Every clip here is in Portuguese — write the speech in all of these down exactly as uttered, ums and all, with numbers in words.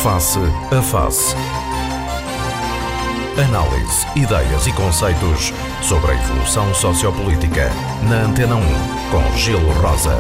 Face a Face. Análise, ideias e conceitos sobre a evolução sociopolítica. Na Antena um, com Gelo Rosa.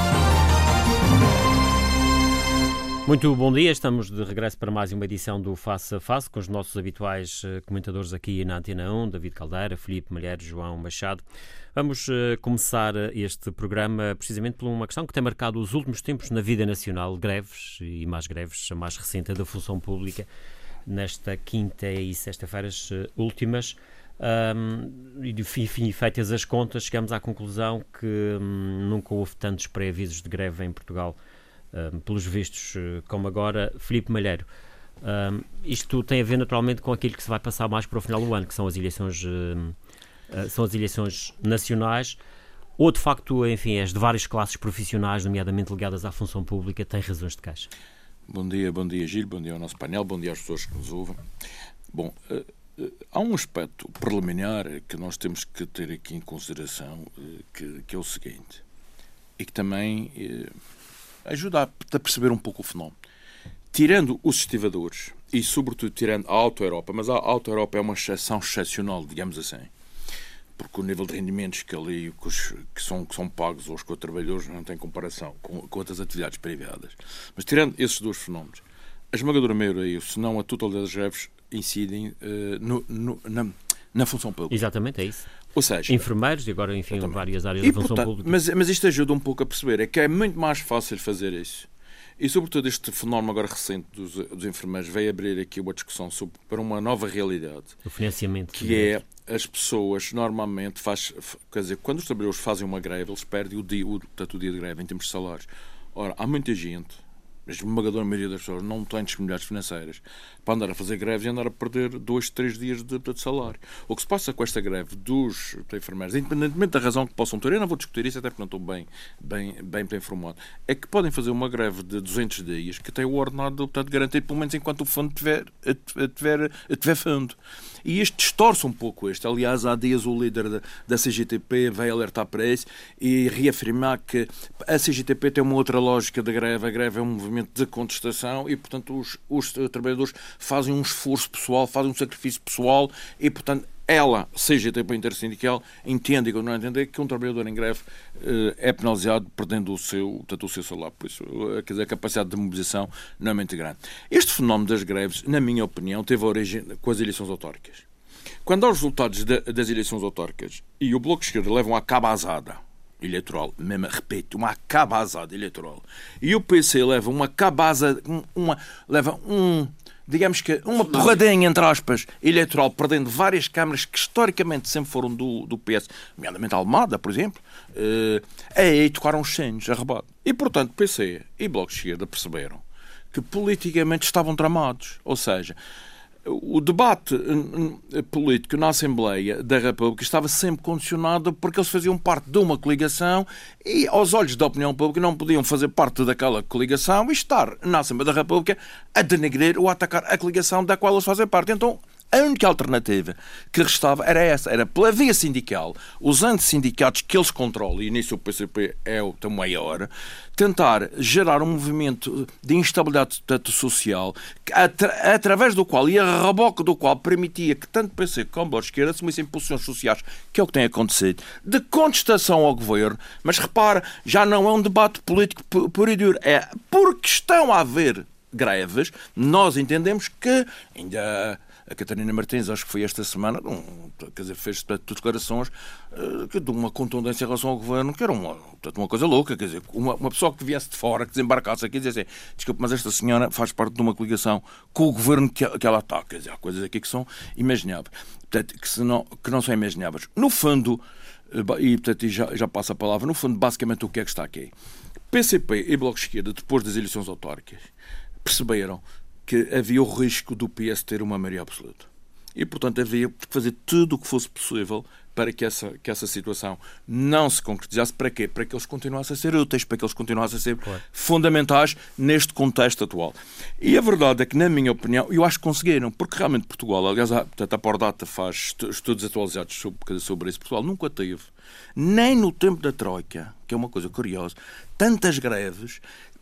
Muito bom dia, estamos de regresso para mais uma edição do Face a Face, com os nossos habituais comentadores aqui na Antena um, David Caldeira, Filipe Malheiro, João Machado. Vamos uh, começar este programa precisamente por uma questão que tem marcado os últimos tempos na vida nacional, greves e mais greves, a mais recente da função pública, nesta quinta e sexta-feiras uh, últimas. Um, e, enfim, feitas as contas, chegamos à conclusão que um, nunca houve tantos pré-avisos de greve em Portugal, um, pelos vistos, uh, como agora. Filipe Malheiro, um, isto tem a ver naturalmente com aquilo que se vai passar mais para o final do ano, que são as eleições... Uh, Uh, são as eleições nacionais, ou de facto, enfim, as de várias classes profissionais, nomeadamente ligadas à função pública, têm razões de caixa? Bom dia, bom dia Gil, bom dia ao nosso painel, bom dia às pessoas que nos ouvem. Bom, uh, uh, há um aspecto preliminar que nós temos que ter aqui em consideração, uh, que, que é o seguinte, e que também uh, ajuda a, a perceber um pouco o fenómeno. Tirando os estivadores, e sobretudo tirando a Auto-Europa, mas a Auto-Europa é uma exceção excepcional, digamos assim, porque o nível de rendimentos que ali que, os, que, são, que são pagos aos trabalhadores não tem comparação com, com outras atividades privadas. Mas tirando esses dois fenómenos, a esmagadora maioria, se não a totalidade das greves, incidem uh, no, no, na, na função pública. Exatamente, é isso. Ou seja, enfermeiros e agora, enfim, exatamente. Várias áreas e, da função portanto, pública. Mas, mas isto ajuda um pouco a perceber, é que é muito mais fácil fazer isso. E, sobretudo, este fenómeno agora recente dos, dos enfermeiros veio abrir aqui uma discussão sobre, para uma nova realidade. O financiamento. Que é, as pessoas normalmente, faz, quer dizer, quando os trabalhadores fazem uma greve, eles perdem o dia, o, portanto, o dia de greve em termos de salários. Ora, há muita gente, a esmagadora maioria das pessoas, não tem disponibilidades financeiras para andar a fazer greves e andar a perder dois, três dias de, de salário. O que se passa com esta greve dos enfermeiros, independentemente da razão que possam ter, eu não vou discutir isso, até porque não estou bem, bem, bem, bem informado, é que podem fazer uma greve de duzentos dias que tem o ordenado, portanto, garantido, pelo menos enquanto o fundo tiver, tiver, tiver fundo. E isto distorce um pouco este. Aliás, há dias o líder da, da C G T P veio alertar para isso e reafirmar que a C G T P tem uma outra lógica de greve. A greve é um movimento de contestação e, portanto, os, os trabalhadores fazem um esforço pessoal, fazem um sacrifício pessoal e, portanto, ela, C G T P intersindical, entende e quando não entender que um trabalhador em greve uh, é penalizado perdendo o seu, portanto, o seu salário. Por isso, uh, quer dizer, a capacidade de mobilização não é muito grande. Este fenómeno das greves, na minha opinião, teve origem com as eleições autárquicas. Quando há os resultados de, das eleições autárquicas e o Bloco de Esquerda leva uma cabazada eleitoral, mesmo, repito, uma cabazada eleitoral, e o P C leva uma cabazada, uma, leva um... digamos que uma porradinha, entre aspas, eleitoral, perdendo várias câmaras que historicamente sempre foram do, do P S, nomeadamente a Almada, por exemplo, uh, aí tocaram os sinos, arrebado. E, portanto, P C e Bloco de Esquerda perceberam que politicamente estavam tramados. Ou seja, o debate político na Assembleia da República estava sempre condicionado porque eles faziam parte de uma coligação e, aos olhos da opinião pública, não podiam fazer parte daquela coligação e estar na Assembleia da República a denegrir ou a atacar a coligação da qual eles fazem parte. Então, a única alternativa que restava era essa, era pela via sindical, os antissindicatos que eles controlam, e nisso o P C P é o tão maior, tentar gerar um movimento de instabilidade social atra- através do qual, e a reboque do qual, permitia que tanto P C como Bloco de Esquerda assumissem posições sociais, que é o que tem acontecido, de contestação ao governo, mas repara, já não é um debate político puro e duro, é porque estão a haver greves, nós entendemos que ainda... A Catarina Martins, acho que foi esta semana, um, quer dizer, fez declarações uh, de uma contundência em relação ao governo, que era uma, portanto, uma coisa louca, quer dizer, uma, uma pessoa que viesse de fora, que desembarcasse aqui e dizia assim, desculpe, mas esta senhora faz parte de uma coligação com o governo que, que ela está, quer dizer, há coisas aqui que são imagináveis, portanto, que, se não, que não são imagináveis. No fundo, uh, e portanto, já, já passa a palavra, no fundo, basicamente o que é que está aqui? P C P e Bloco de Esquerda, depois das eleições autárquicas, perceberam que havia o risco do P S ter uma maioria absoluta. E, portanto, havia que fazer tudo o que fosse possível para que essa, que essa situação não se concretizasse. Para quê? Para que eles continuassem a ser úteis, para que eles continuassem a ser claro. fundamentais neste contexto atual. E a verdade é que, na minha opinião, eu acho que conseguiram, porque realmente Portugal, aliás, a, portanto, a Pordata faz estudos atualizados sobre, sobre isso, Portugal nunca teve, nem no tempo da Troika, que é uma coisa curiosa, tantas greves,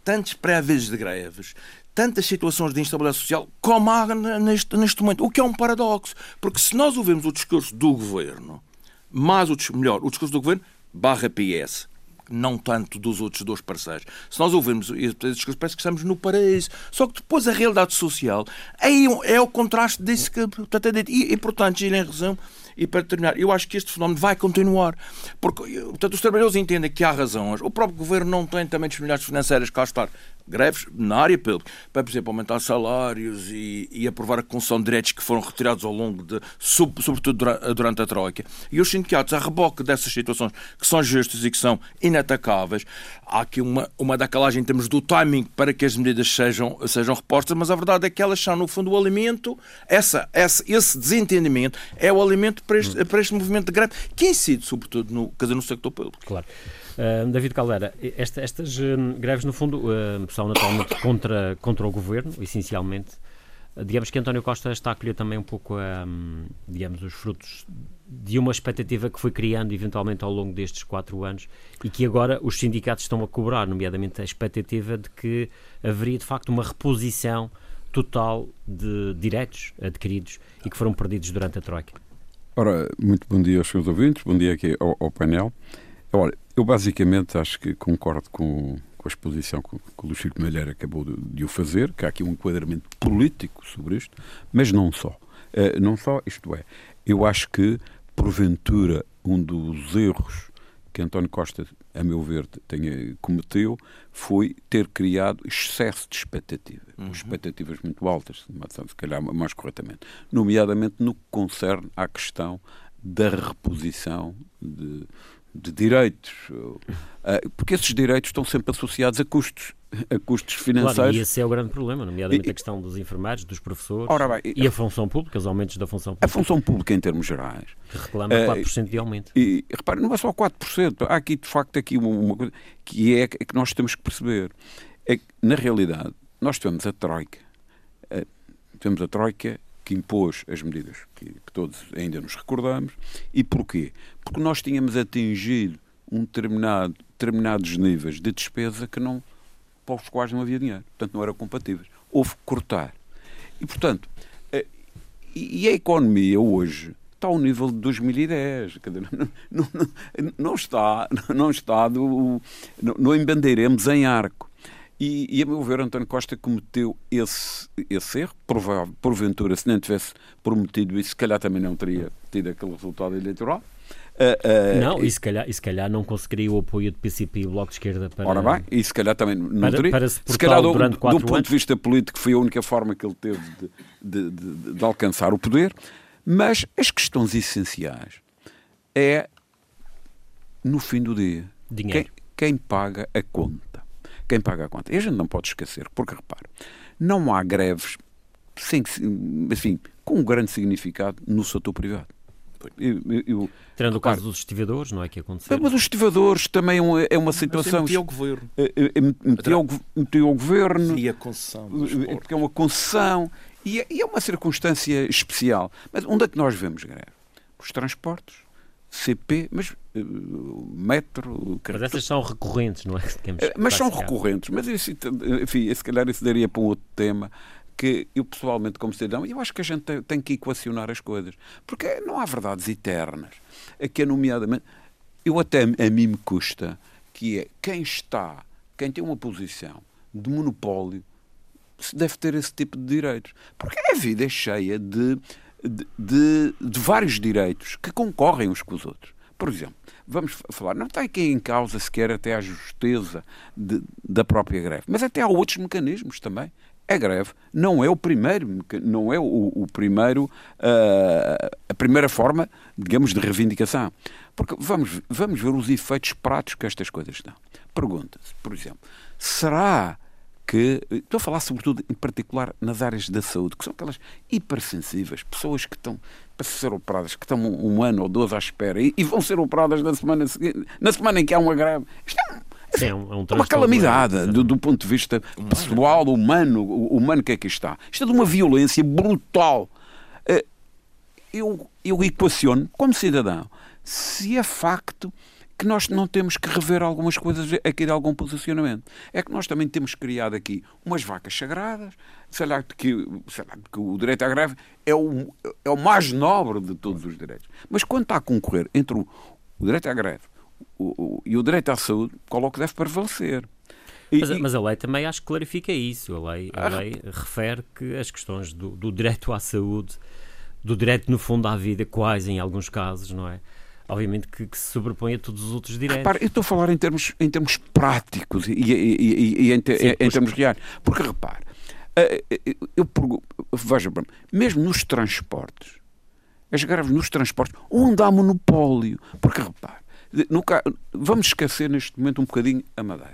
tantos pré-avisos de greves, tantas situações de instabilidade social como há neste, neste momento. O que é um paradoxo. Porque se nós ouvimos o discurso do Governo, mais o, melhor, o discurso do Governo barra P S, não tanto dos outros dois parceiros. Se nós ouvirmos esse discurso, parece que estamos no paraíso. Só que depois a realidade social é, é o contraste disso que portanto, é dito. E, e, portanto, em razão, e para terminar, eu acho que este fenómeno vai continuar. Porque, portanto, os trabalhadores entendem que há razões. O próprio Governo não tem também disponibilidades financeiras cá estar greves na área pública, para, por exemplo, aumentar salários e, e aprovar a concessão de direitos que foram retirados ao longo de, sobretudo durante a Troika. E os sindicatos, a reboque dessas situações que são justas e que são inatacáveis, há aqui uma, uma decalagem em termos do timing para que as medidas sejam, sejam repostas, mas a verdade é que elas são, no fundo, o alimento, essa, essa, esse desentendimento é o alimento para este, para este movimento de greve, que incide, sobretudo, no, quer dizer, no sector público. Claro. Uh, David Caldeira, esta, estas uh, greves, no fundo, uh, são naturalmente contra, contra o Governo, essencialmente. Uh, digamos que António Costa está a colher também um pouco, um, digamos, os frutos de uma expectativa que foi criando, eventualmente, ao longo destes quatro anos e que agora os sindicatos estão a cobrar, nomeadamente a expectativa de que haveria, de facto, uma reposição total de direitos adquiridos e que foram perdidos durante a Troika. Ora, muito bom dia aos seus ouvintes, bom dia aqui ao, ao painel. Olha, eu basicamente acho que concordo com, com a exposição que, que o Luís Filipe Malheiro acabou de, de o fazer, que há aqui um enquadramento político sobre isto, mas não só. Uh, não só, isto é, eu acho que, porventura, um dos erros que António Costa, a meu ver, tenha, cometeu, foi ter criado excesso de expectativa. Uhum. Expectativas muito altas, se calhar mais corretamente. Nomeadamente no que concerne à questão da reposição de... de direitos, porque esses direitos estão sempre associados a custos, a custos financeiros. Claro, e esse é o grande problema, nomeadamente e, a questão dos enfermeiros, dos professores ora bem, e a função pública, os aumentos da função pública. A função pública em termos gerais. Que reclama quatro por cento de aumento. E, e repare, não é só quatro por cento, há aqui de facto aqui uma, uma coisa que é, é que nós temos que perceber, é que na realidade nós tivemos a Troika, a, tivemos a Troika que impôs as medidas que, que todos ainda nos recordamos. E porquê? Porque nós tínhamos atingido um determinado, determinados níveis de despesa que não, para os quais não havia dinheiro. Portanto, não eram compatíveis. Houve que cortar. E, portanto, a, e a economia hoje está ao nível de dois mil e dez. Quer dizer, não, não, não está, não está do, não, não embandeiremos em arco. E, e, a meu ver, António Costa cometeu esse, esse erro, provável, porventura, se nem tivesse prometido isso, se calhar também não teria tido aquele resultado eleitoral. Uh, uh, não, e se, calhar, e se calhar não conseguiria o apoio do P C P e do Bloco de Esquerda para... Ora bem, e se calhar também não para, teria. Para se, se calhar, do, durante quatro do ponto anos. de vista político, foi a única forma que ele teve de, de, de, de alcançar o poder. Mas as questões essenciais é, no fim do dia, dinheiro. Quem, quem paga a conta. Quem paga a conta. E a gente não pode esquecer, porque, repare, não há greves sem, enfim, com um grande significado no setor privado. Eu, eu, Tirando o caso dos estivadores, não é que aconteceu? Mas os estivadores também é uma situação... Metia o governo. Metia o governo. E a concessão. Porque é uma concessão. E é, e é uma circunstância especial. Mas onde é que nós vemos greve? Os transportes. C P, mas uh, metro... Mas essas são recorrentes, não é? Uh, mas são recorrentes, mas isso, enfim, se calhar isso daria para um outro tema que eu pessoalmente, como cidadão, eu acho que a gente tem, tem que equacionar as coisas, porque não há verdades eternas. Aqui, nomeadamente, eu até a mim me custa que é quem está, quem tem uma posição de monopólio, se deve ter esse tipo de direitos. Porque a vida é cheia de... De, de, de vários direitos que concorrem uns com os outros. Por exemplo, vamos falar, não está aqui em causa sequer até a justeza de, da própria greve, mas até há outros mecanismos também. A greve não é o primeiro, não é o, o primeiro, uh, a primeira forma, digamos, de reivindicação. Porque vamos, vamos ver os efeitos práticos que estas coisas dão. Pergunta-se, por exemplo, será que, estou a falar sobretudo em particular nas áreas da saúde, que são aquelas hipersensíveis, pessoas que estão para ser operadas, que estão um, um ano ou dois à espera e, e vão ser operadas na semana seguinte, na semana em que há uma greve. Isto é, um, Sim, é um, é um uma calamidade do, do ponto de vista pessoal, humano, o humano que aqui está. Isto é de uma violência brutal. Eu, eu equaciono, como cidadão, se é facto que nós não temos que rever algumas coisas aqui de algum posicionamento. É que nós também temos criado aqui umas vacas sagradas, sei lá, que, sei lá, que o direito à greve é o, é o mais nobre de todos os direitos. Mas quando está a concorrer entre o, o direito à greve o, o, e o direito à saúde, qual é o que deve prevalecer? E, mas, mas a lei também acho que clarifica isso. A lei, a lei refere que as questões do, do direito à saúde, do direito, no fundo, à vida, quase em alguns casos, não é? Obviamente que, que se sobrepõe a todos os outros direitos. Repare, eu estou a falar em termos, em termos práticos e, e, e, e em, te, Sim, em, em termos reais. Porque, repare, eu pergunto, veja, mesmo nos transportes, as greves nos transportes, onde há monopólio. Porque, repare, no, vamos esquecer neste momento um bocadinho a Madeira.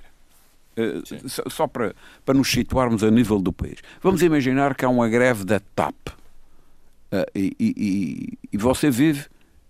Uh, só só para, para nos situarmos a nível do país. Vamos imaginar que há uma greve da T A P. Uh, e, e, e você vive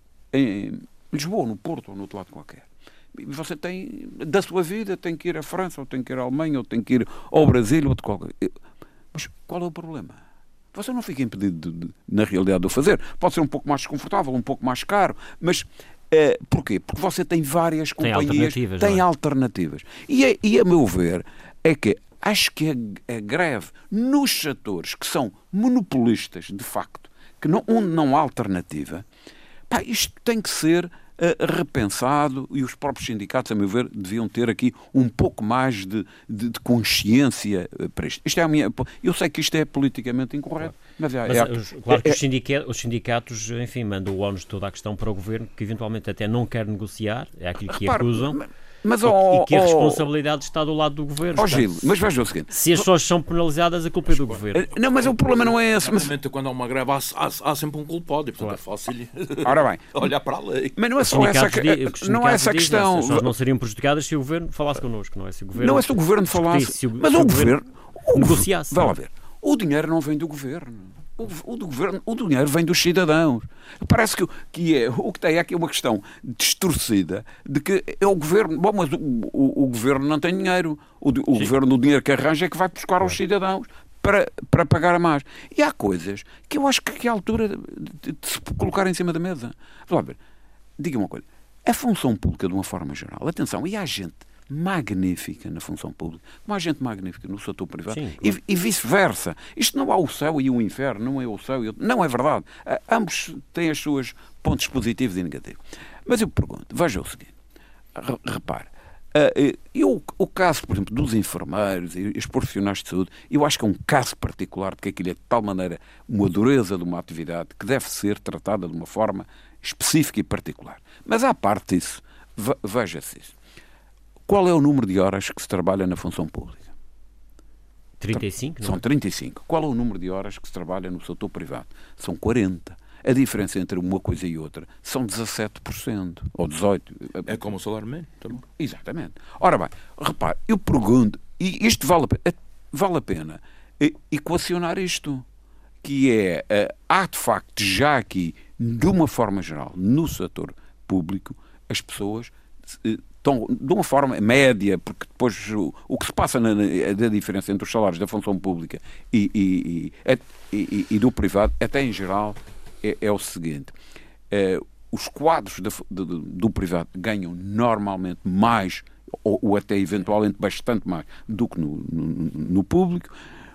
em Lisboa, no Porto ou no outro lado qualquer. E você tem, da sua vida, tem que ir à França, ou tem que ir à Alemanha, ou tem que ir ao Brasil, ou de qualquer... Mas qual é o problema? Você não fica impedido, de, de, na realidade, de o fazer. Pode ser um pouco mais desconfortável, um pouco mais caro, mas uh, porquê? Porque você tem várias tem companhias, alternativas, tem é? alternativas. E, é, e, a meu ver, é que acho que a, a greve nos setores que são monopolistas, de facto, que não, onde não há alternativa, pá, isto tem que ser uh, repensado, e os próprios sindicatos, a meu ver, deviam ter aqui um pouco mais de, de, de consciência para isto. Isto é a minha, eu sei que isto é politicamente incorreto, claro. mas, é, mas é, os, claro que é, os, sindicatos, os sindicatos, enfim, mandam o ónus de toda a questão para o governo, que eventualmente até não quer negociar, é aquilo que repare, acusam. Mas, Mas, e, oh, e que a oh, responsabilidade está do lado do governo. Oh, Gil, mas veja o seguinte. Se as pessoas são penalizadas, a culpa é do governo. Não, mas o problema não é esse. Mas... Quando há uma greve, há, há, há sempre um culpado. E, portanto, claro. É fácil Ora bem, olhar para a lei. Mas não é só essa, diz, não é essa diz, questão. As pessoas não seriam prejudicadas se o governo falasse connosco, não é? Se o governo, não é se o governo falasse. Se o, mas se o, o governo, governo negociasse. Vai lá ver. O dinheiro não vem do governo. O, o, do governo, o dinheiro vem dos cidadãos. Parece que, que é, o que tem aqui é uma questão distorcida de que é o governo. Bom, mas o, o, o governo não tem dinheiro. O, o governo, o dinheiro que arranja é que vai buscar aos cidadãos para, para pagar a mais. E há coisas que eu acho que é a altura de, de, de se colocar em cima da mesa. Vá lá ver. Diga uma coisa. A função pública, de uma forma geral, atenção, e há gente magnífica na função pública, como há gente magnífica no setor privado. Sim, claro. e, e vice-versa. Isto não há o céu e o inferno, não é o céu e o... Não é verdade. Uh, ambos têm os seus pontos positivos e negativos. Mas eu pergunto, veja o seguinte, repare, uh, eu, o caso, por exemplo, dos enfermeiros e os profissionais de saúde, eu acho que é um caso particular, porque aquilo é de tal maneira uma dureza de uma atividade que deve ser tratada de uma forma específica e particular. Mas à parte disso, veja-se isso. Qual é o número de horas que se trabalha na função pública? trinta e cinco? São trinta e cinco. Qual é o número de horas que se trabalha no setor privado? São quarenta. A diferença entre uma coisa e outra são dezassete por cento ou dezoito por cento. É como o salário mínimo também. Exatamente. Ora bem, repare, eu pergunto, e isto vale a pena, vale a pena equacionar isto, que é, há de facto já aqui, de uma forma geral, no setor público, as pessoas... Então, de uma forma média, porque depois o, o que se passa na, na diferença entre os salários da função pública e, e, e, e, e do privado, até em geral, é, é o seguinte. É, os quadros de, de, de, do privado ganham normalmente mais, ou, ou até eventualmente bastante mais, do que no, no, no público.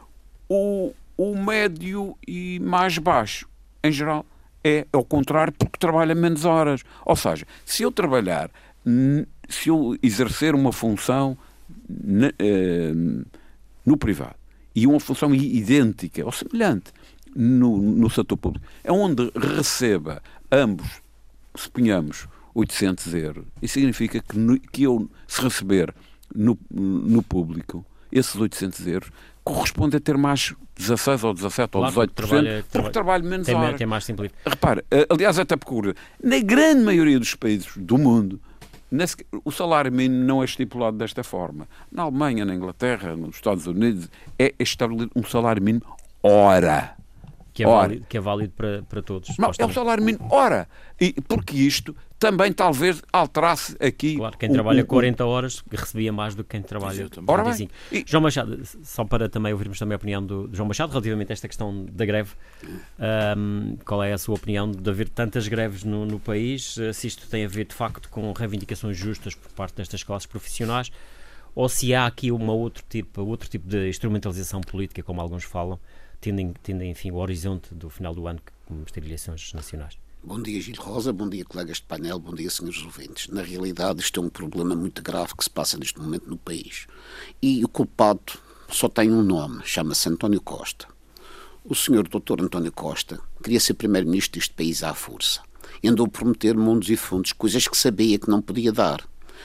O, o médio e mais baixo, em geral, é ao contrário, porque trabalha menos horas. Ou seja, se eu trabalhar... se eu exercer uma função na, uh, no privado e uma função idêntica ou semelhante no, no setor público, é onde receba ambos, suponhamos, oitocentos euros, isso significa que, no, que eu, se receber no, no público esses oitocentos euros, corresponde a ter mais dezasseis ou dezassete ou dezoito por cento, trabalha, porque trabalha, trabalho menos tem, horas. Tem mais simplicidade. Repara, aliás, até porque na grande maioria dos países do mundo, o salário mínimo não é estipulado desta forma. Na Alemanha, na Inglaterra, nos Estados Unidos, é estabelecido um salário mínimo hora. Que Que é Ora, válido, que é válido para, para todos. Não, é o salário mínimo. Ora, e, porque isto também talvez alterasse aqui... Claro, quem o, trabalha o, quarenta horas recebia mais do que quem trabalha Ora trinta e cinco. bem, e... João Machado, só para também ouvirmos também a opinião do, do João Machado relativamente a esta questão da greve, um, qual é a sua opinião de haver tantas greves no, no país, se isto tem a ver de facto com reivindicações justas por parte destas classes profissionais, ou se há aqui uma outro tipo, outro tipo de instrumentalização política, como alguns falam, tendo, tendo enfim o horizonte do final do ano, que vamos ter eleições nacionais? Bom dia, Gil Rosa, bom dia, colegas de painel, bom dia, senhores ouvintes. Na realidade, isto é um problema muito grave que se passa neste momento no país. E o culpado só tem um nome, chama-se António Costa. O senhor doutor António Costa queria ser primeiro-ministro deste país à força. E andou a prometer mundos e fundos, coisas que sabia que não podia dar.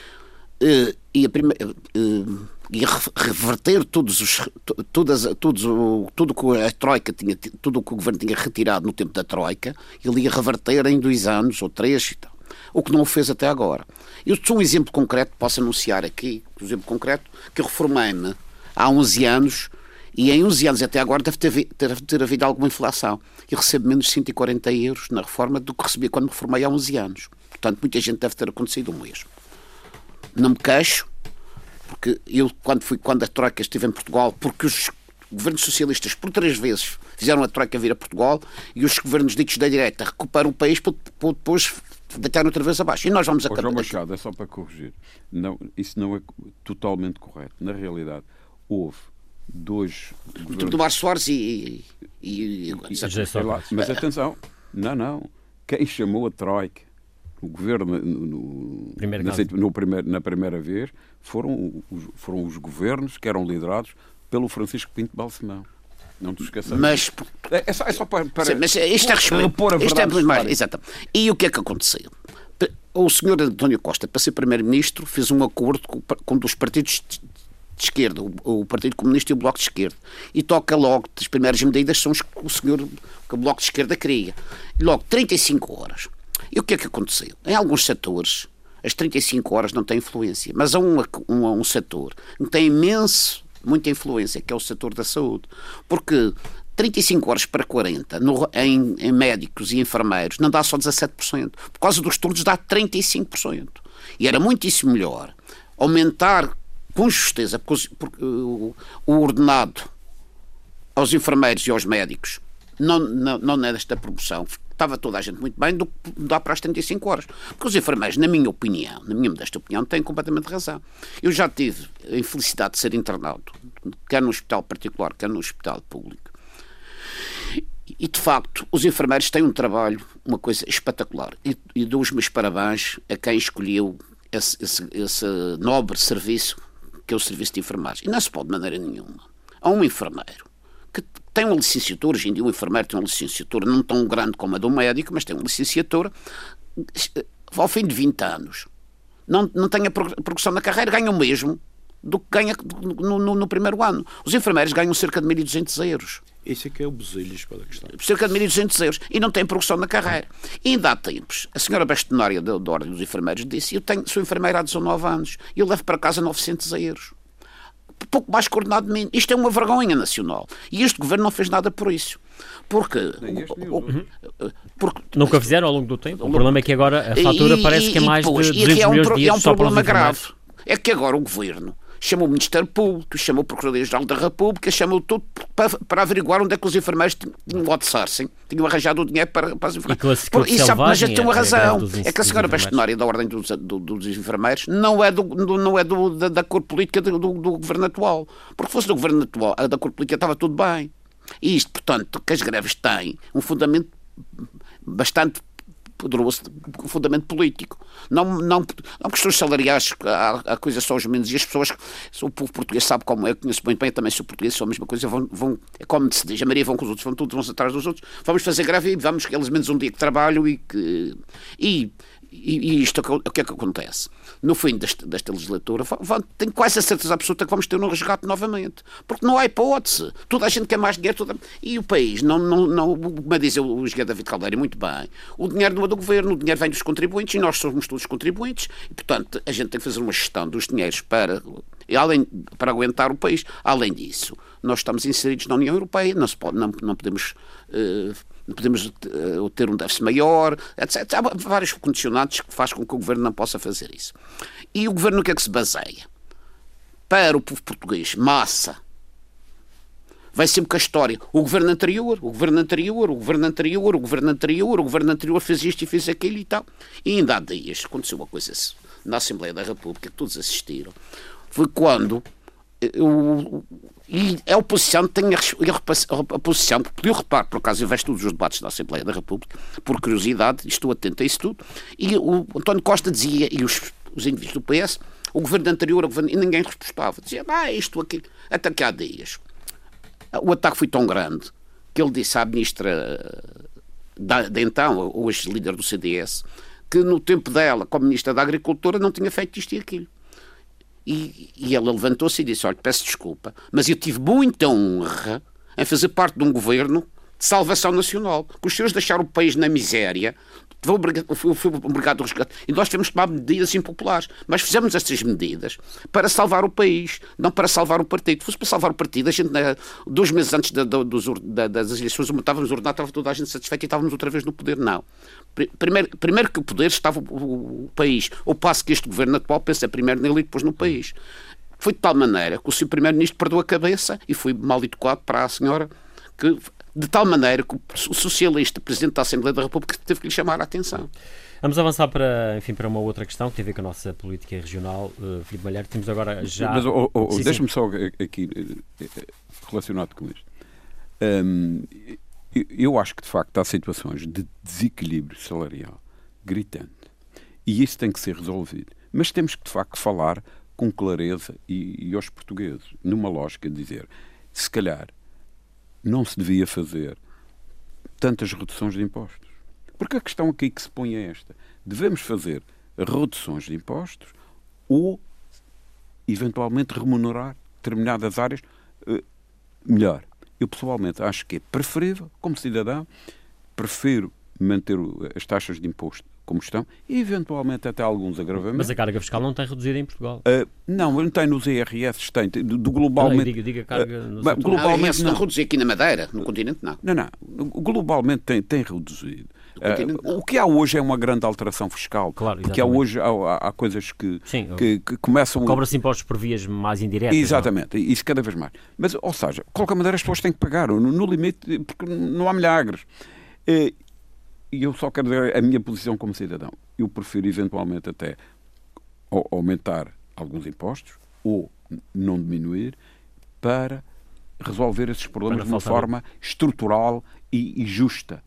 Uh, e a primeira... Uh, ia reverter todos os, todas, todos, tudo o que a Troika tinha, tudo o que o governo tinha retirado no tempo da Troika, ele ia reverter em dois anos ou três e tal. O que não o fez até agora. Eu sou um exemplo concreto, posso anunciar aqui, um exemplo concreto, que eu reformei-me há onze anos e em onze anos até agora deve ter, deve ter havido alguma inflação. Eu recebo menos de cento e quarenta euros na reforma do que recebia quando me reformei há onze anos. Portanto, muita gente deve ter acontecido o mesmo. Não me queixo, porque eu, quando, fui, quando a Troika esteve em Portugal, porque os governos socialistas, por três vezes, fizeram a Troika vir a Portugal e os governos ditos da direita recuperam o país para, para depois deitar outra vez abaixo. E nós vamos acabar. João Machado, é só para corrigir. Não, isso não é totalmente correto. Na realidade, houve dois... O do Mar Soares e... e, e, e mas atenção, não, não. Quem chamou a Troika, o governo no, no, na, no primeiro, na primeira vez foram os, foram os governos que eram liderados pelo Francisco Pinto Balsemão. Não te esqueças. Mas é, é, só, é só para, para sim, mas isto é respeito. Pôr a isto é verdade mais, exato. E o que é que aconteceu? O senhor António Costa, para ser primeiro-ministro, fez um acordo com, com um dos partidos de, de esquerda, o, o Partido Comunista e o Bloco de Esquerda. E toca logo, as primeiras medidas são os que o senhor, que o Bloco de Esquerda queria. E logo, trinta e cinco horas. E o que é que aconteceu? Em alguns setores, as trinta e cinco horas não têm influência, mas há um, um, um setor que tem imenso, muita influência, que é o setor da saúde. Porque trinta e cinco horas para quarenta no, em, em médicos e enfermeiros não dá só dezassete por cento. Por causa dos turnos dá trinta e cinco por cento. E era muitíssimo melhor aumentar com justeza porque, porque, o, o ordenado aos enfermeiros e aos médicos, não, não, não é desta promoção. Estava toda a gente muito bem, do que dá para as trinta e cinco horas. Porque os enfermeiros, na minha opinião, na minha modesta opinião, têm completamente razão. Eu já tive a infelicidade de ser internado, quer no hospital particular, quer no hospital público. E, de facto, os enfermeiros têm um trabalho, uma coisa espetacular. E, e dou os meus parabéns a quem escolheu esse, esse, esse nobre serviço, que é o serviço de enfermagem. E não se pode de maneira nenhuma. Há um enfermeiro que tem uma licenciatura, hoje em dia um enfermeiro tem uma licenciatura não tão grande como a do médico, mas tem uma licenciatura, ao fim de vinte anos, não, não tem a progressão na carreira, ganha o mesmo do que ganha no, no, no primeiro ano. Os enfermeiros ganham cerca de mil e duzentos euros. Esse é que é o besilhos para a questão. Cerca de mil e duzentos euros. E não tem progressão na carreira. E ainda há tempos, a senhora bastonária da, da Ordem dos Enfermeiros disse: eu tenho, sou enfermeira há dezanove anos e eu levo para casa novecentos euros. Pouco mais coordenado de mim. Isto é uma vergonha nacional. E este governo não fez nada por isso. Porque... O, o, porque nunca fizeram ao longo do tempo. O problema é que agora a fatura e, parece que é mais e, de duzentos é um, milhões de euros. É um só problema para grave. É que agora o governo chamou o Ministério Público, chamou o Procurador-Geral da República, chamou tudo para, para averiguar onde é que os enfermeiros tinham de outsourcing, tinham arranjado o dinheiro para, para os enfermeiros. E, e sabe, mas já tem uma razão. É, é que a senhora bastonária da Ordem dos, do, dos Enfermeiros não é, do, do, não é do, da, da cor política do, do, do governo atual. Porque se fosse do governo atual, a da cor política estava tudo bem. E isto, portanto, que as greves têm um fundamento bastante poderoso, um fundamento político. Não, não, não questões salariais, há, há coisa só os menos, e as pessoas, o povo português sabe como é, eu conheço muito bem, eu também sou português, sou a mesma coisa, vão, vão, é como se diz, a Maria vão com os outros, vão todos, vão atrás dos outros, vamos fazer greve e vamos, eles menos um dia que trabalho e que... E, E, e isto, o que é que acontece? No fim desta, desta legislatura, tenho quase a certeza absoluta que vamos ter um resgate novamente. Porque não há hipótese. Toda a gente quer mais dinheiro. Toda... E o país, não, não, não, como diz o engenheiro David Caldeira muito bem, o dinheiro não é do governo, o dinheiro vem dos contribuintes e nós somos todos contribuintes. E, portanto, a gente tem que fazer uma gestão dos dinheiros para, além, para aguentar o país. Além disso, nós estamos inseridos na União Europeia, não, se pode, não, não podemos, uh, não podemos uh, ter um déficit maior, etcétera. Há vários condicionantes que fazem com que o Governo não possa fazer isso. E o Governo no que é que se baseia? Para o povo português, massa, vai sempre com a história. O Governo anterior, o Governo anterior, o Governo anterior, o Governo anterior, o Governo anterior fez isto e fez aquilo e tal. E ainda há dias aconteceu uma coisa assim, na Assembleia da República, que todos assistiram, foi quando o, e a oposição tem a, a, a oposição, pediu reparo, por acaso eu vejo todos os debates da Assembleia da República, por curiosidade, estou atento a isso tudo, e o António Costa dizia, e os, os indivíduos do P S, o Governo anterior, o governo, e ninguém respostava, dizia, ah, isto, aquilo, até que há dias. O ataque foi tão grande que ele disse à ministra da, de então, hoje líder do C D S, que no tempo dela, como ministra da Agricultura, não tinha feito isto e aquilo. E, e ela levantou-se e disse, olha, peço desculpa, mas eu tive muita honra em fazer parte de um governo de salvação nacional, que os senhores deixaram o país na miséria, foi, foi obrigado a resgate, e nós tivemos que tomar medidas impopulares, mas fizemos essas medidas para salvar o país, não para salvar o partido. Se fosse para salvar o partido, a gente, dois meses antes da, da, dos, da, das eleições, estávamos ordenados, estava toda a gente satisfeita e estávamos outra vez no poder. Não. Primeiro, primeiro que o poder estava o, o, o país, ao passo que este governo atual pensa primeiro nele e depois no país. Foi de tal maneira que o seu primeiro-ministro perdeu a cabeça e foi mal educado para a senhora, que de tal maneira que o socialista, presidente da Assembleia da República, teve que lhe chamar a atenção. Vamos avançar para, enfim, para uma outra questão que tem a ver com a nossa política regional. Uh, Filipe Malheiro, temos agora já... Mas oh, oh, deixa-me só aqui, relacionado com isto. Um, eu acho que, de facto, há situações de desequilíbrio salarial gritante. E isso tem que ser resolvido. Mas temos que, de facto, falar com clareza e, e aos portugueses, numa lógica de dizer, se calhar, não se devia fazer tantas reduções de impostos. Porque a questão aqui que se põe é esta. Devemos fazer reduções de impostos ou, eventualmente, remunerar determinadas áreas uh, melhor. Eu, pessoalmente, acho que é preferível, como cidadão, prefiro manter as taxas de imposto como estão, e eventualmente até alguns agravamentos. Mas a carga fiscal não tem reduzido em Portugal? Uh, não, não tem nos I R S, tem. Do, do globalmente... Não, diga, diga carga uh, nos globalmente não. Não reduzir aqui na Madeira, no continente não. Não, não. Globalmente tem, tem reduzido. Uh, o que há hoje é uma grande alteração fiscal. Claro, porque há hoje há, há coisas que, Sim, que, que começam... Cobra-se impostos por vias mais indiretas. Exatamente, não? Isso cada vez mais. Mas, ou seja, de qualquer maneira as pessoas têm que pagar, no, no limite, porque não há milagres. Uh, E eu só quero dizer a minha posição como cidadão. Eu prefiro, eventualmente, até aumentar alguns impostos ou não diminuir para resolver esses problemas de uma forma estrutural e, e justa.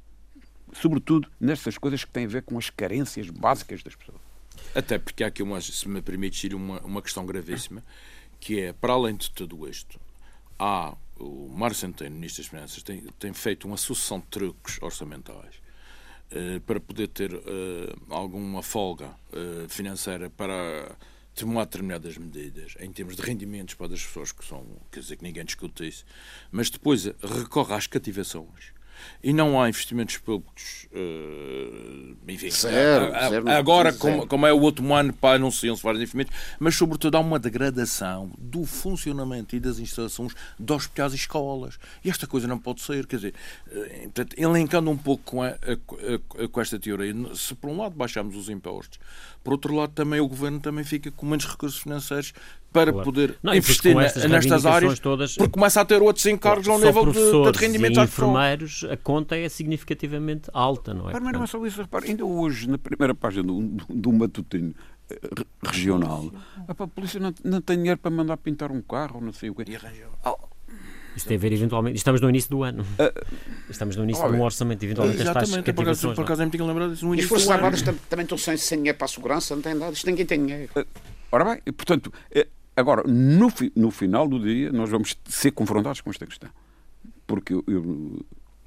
Sobretudo nestas coisas que têm a ver com as carências básicas das pessoas. Até porque há aqui, uma, se me permitir, uma, uma questão gravíssima, que é, para além de tudo isto, há o Mário Centeno, Ministro das Finanças, tem, tem feito uma sucessão de truques orçamentais Uh, para poder ter uh, alguma folga uh, financeira para tomar determinadas medidas em termos de rendimentos para as pessoas que são, quer dizer que ninguém discute isso, mas depois recorre às cativações e não há investimentos públicos uh, enfim, zero, a, a, zero, agora zero. Como, como é o último ano para anunciam-se vários investimentos, mas sobretudo há uma degradação do funcionamento e das instalações de hospitais e escolas, e esta coisa não pode ser, quer dizer, uh, portanto, elencando um pouco com, a, a, a, com esta teoria, se por um lado baixamos os impostos, por outro lado também o Governo também fica com menos recursos financeiros para claro. poder não, investir nestas áreas, todas, porque começa a ter outros encargos ao nível de, de rendimentos. E enfermeiros, a conta é significativamente alta, não é? Mas não é só isso, repare, ainda hoje, na primeira página do, do matutino regional, a polícia não, não tem dinheiro para mandar pintar um carro, não sei o quê. E arranjou. Oh. Isso tem a ver, eventualmente, estamos no início do ano. Uh, estamos no início oh, de um orçamento, eventualmente as taxas de cativações. Por acaso, por acaso, disso no início do ano. E as Forças Armadas também estão sem, sem dinheiro para a segurança, não têm nada, isto ninguém tem dinheiro. Uh, ora bem, portanto, uh, agora, no, fi, no final do dia, nós vamos ser confrontados com esta questão. Porque eu, eu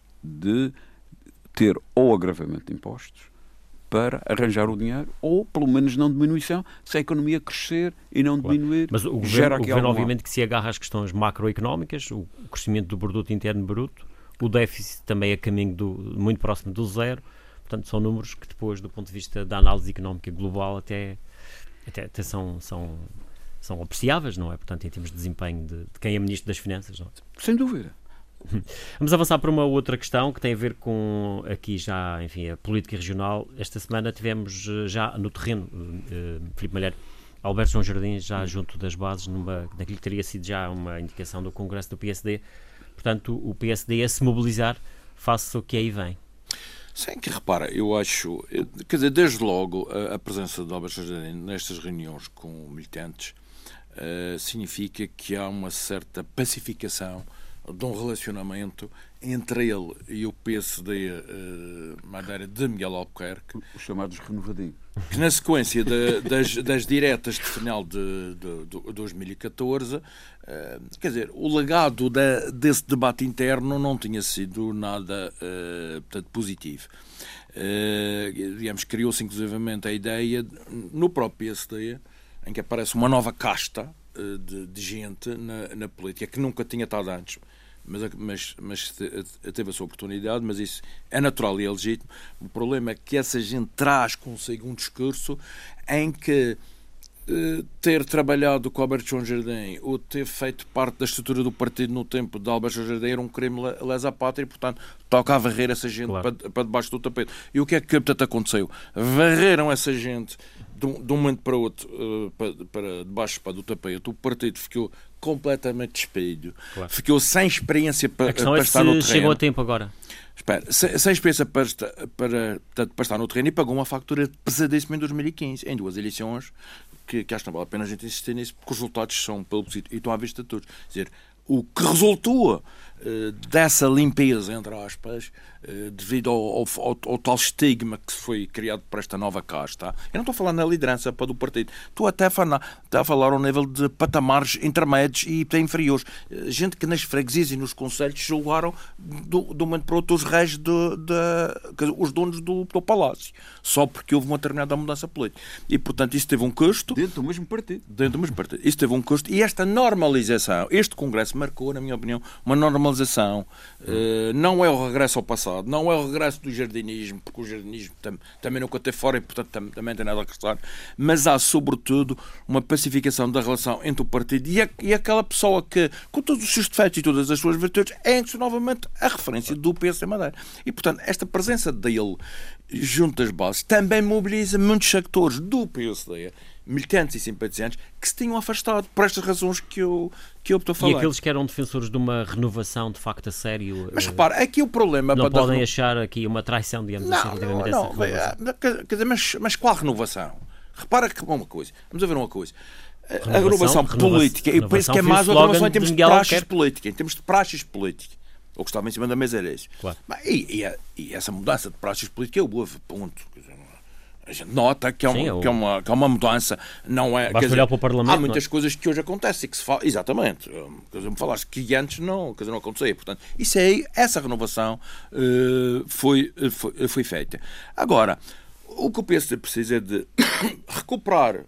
de ter ou agravamento de impostos para arranjar o dinheiro, ou pelo menos não diminuição, se a economia crescer e não claro. diminuir, mas o gera governo, o governo obviamente que se agarra às questões macroeconómicas, o crescimento do produto interno bruto, o déficit também a caminho do, muito próximo do zero, portanto são números que depois, do ponto de vista da análise económica global, até, até, até são, são, são apreciáveis, não é? Portanto, em termos de desempenho de, de quem é Ministro das Finanças, não é? Sem dúvida. Vamos avançar para uma outra questão que tem a ver com, aqui já, enfim, a política regional. Esta semana tivemos já no terreno, uh, Filipe Malheiro, Alberto João Jardim já junto das bases, numa, naquilo que teria sido já uma indicação do Congresso do P S D. Portanto, o P S D a se mobilizar face ao que aí vem. Sim, que repara, eu acho, quer dizer, desde logo a, a presença de Alberto João Jardim nestas reuniões com militantes uh, significa que há uma certa pacificação de um relacionamento entre ele e o P S D uh, Madeira de Miguel Albuquerque, os chamados renovadinhos, que na sequência de, das, das diretas de final de, de, de dois mil e catorze, uh, quer dizer, o legado da, desse debate interno não tinha sido nada uh, portanto, positivo. Uh, digamos, criou-se inclusivamente a ideia, no próprio P S D, em que aparece uma nova casta uh, de, de gente na, na política, que nunca tinha estado antes. Mas, mas, mas teve a sua oportunidade, mas isso é natural e é legítimo. O problema é que essa gente traz consigo um discurso em que eh, ter trabalhado com Alberto João Jardim ou ter feito parte da estrutura do partido no tempo de Alberto João Jardim era um crime lesa pátria e, portanto, toca a varrer essa gente claro. para, para debaixo do tapete. E o que é que, portanto, aconteceu? Varreram essa gente de um, de um momento para outro uh, para, para debaixo para do tapete. O partido ficou completamente despido, claro. ficou sem experiência para, para é estar no terreno. Chegou a tempo agora. Espera, sem, sem experiência para, para, para, para estar no terreno e pagou uma fatura pesadíssima em dois mil e quinze, em duas eleições, que, que acho que não vale a pena a gente insistir nisso, porque os resultados são pelo e estão à vista de todos. Quer dizer, o que resultou uh, dessa limpeza, entre aspas, uh, devido ao, ao, ao, ao tal estigma que foi criado por esta nova casta. Eu não estou a falar na liderança para do partido, estou até a falar, a falar ao nível de patamares intermédios e inferiores. Uh, gente que nas freguesias e nos concelhos julgaram do, do momento para outro os reis, de, de, os donos do, do palácio, só porque houve uma determinada mudança política. E, portanto, isso teve um custo. Dentro do mesmo partido. Dentro do mesmo partido. Isso teve um custo. E esta normalização, este Congresso marcou, na minha opinião, uma normalização. Uh, não é o regresso ao passado, não é o regresso do jardinismo, porque o jardinismo tam, também nunca teve fora e, portanto, tam, também tem nada a acrescentar, mas há, sobretudo, uma pacificação da relação entre o partido e, a, e aquela pessoa que, com todos os seus defeitos e todas as suas virtudes, é, novamente, a referência do P S D Madeira. E, portanto, esta presença dele junto das bases também mobiliza muitos sectores do P S D, militantes e simpatizantes, que se tinham afastado por estas razões que eu, que eu estou a falar. E aqueles que eram defensores de uma renovação de facto a sério... Mas repara, aqui o problema... Não podem reno... achar aqui uma traição, digamos não, assim, relativamente não, a essa renovação. Não, quer dizer, mas, mas qual renovação? Repara que uma coisa, vamos a ver uma coisa. Renovação, a renovação política, eu penso que é mais uma renovação em termos de, de praxes políticas, em termos de praxes políticas. O que estava em cima da mesa era isso. Claro. E, e, e essa mudança de praxes políticas é o boa, ponto. A gente nota que é, Sim, uma, eu... que, é uma, que é uma mudança. Não é, Basta quer olhar dizer, para o Parlamento. Há muitas não é? coisas que hoje acontecem que se fala. Exatamente. Quer dizer, me falaste que antes não, quer dizer, não acontecia. Portanto, isso aí, essa renovação uh, foi, foi, foi feita. Agora, o que o P S D precisa é de recuperar.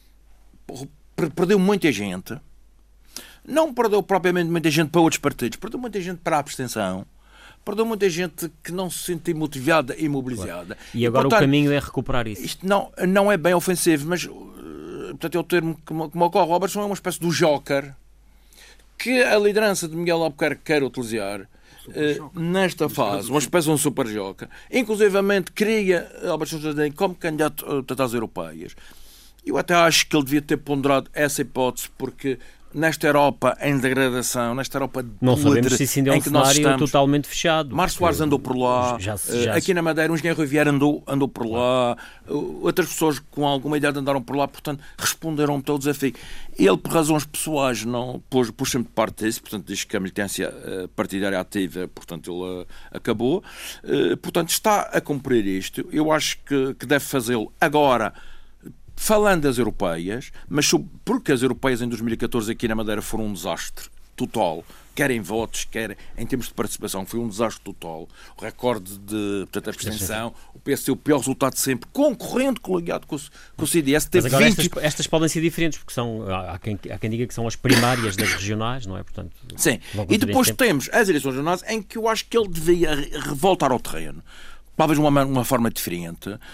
Perdeu muita gente. Não perdeu propriamente muita gente para outros partidos, perdeu muita gente para a abstenção. Perdeu muita gente que não se sentiu motivada e mobilizada. Claro. E agora e, portanto, o caminho é recuperar isso. Isto não, não é bem ofensivo, mas portanto, é o termo que me, que me ocorre. Robertson é uma espécie do joker que a liderança de Miguel Albuquerque quer utilizar uh, nesta fase, uma espécie de um super joker. Inclusivamente queria Alberto Jardim como candidato às europeias. Eu até acho que ele devia ter ponderado essa hipótese, porque nesta Europa em degradação, nesta Europa não sabemos se isso ainda é um cenário estamos, totalmente fechado. Marcos Soares andou por lá, já, já, já, aqui na Madeira o engenheiro Riviera andou, andou por lá, outras pessoas com alguma idade andaram por lá, portanto responderam ao desafio. Ele, por razões pessoais, não pôs, pôs sempre parte disso, portanto diz que a militância partidária ativa, portanto ele acabou, portanto está a cumprir isto. Eu acho que, que deve fazê-lo agora, falando das europeias, mas porque as europeias em dois mil e catorze aqui na Madeira foram um desastre total, quer em votos, quer em termos de participação, foi um desastre total. O recorde de portanto, abstenção, o P S D o pior resultado de sempre, concorrendo, colegiado com o, com o C D S. Teve mas agora vinte... estas, estas podem ser diferentes, porque são, há, quem, há quem diga que são as primárias das regionais, não é? Portanto, sim, e depois temos as eleições regionais em que eu acho que ele devia voltar ao terreno. talvez uma, uma forma diferente, uh,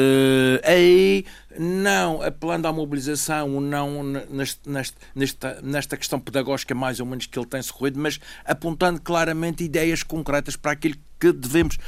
aí não apelando à mobilização, não neste, neste, nesta, nesta questão pedagógica mais ou menos que ele tem socorrido, mas apontando claramente ideias concretas para aquilo que devemos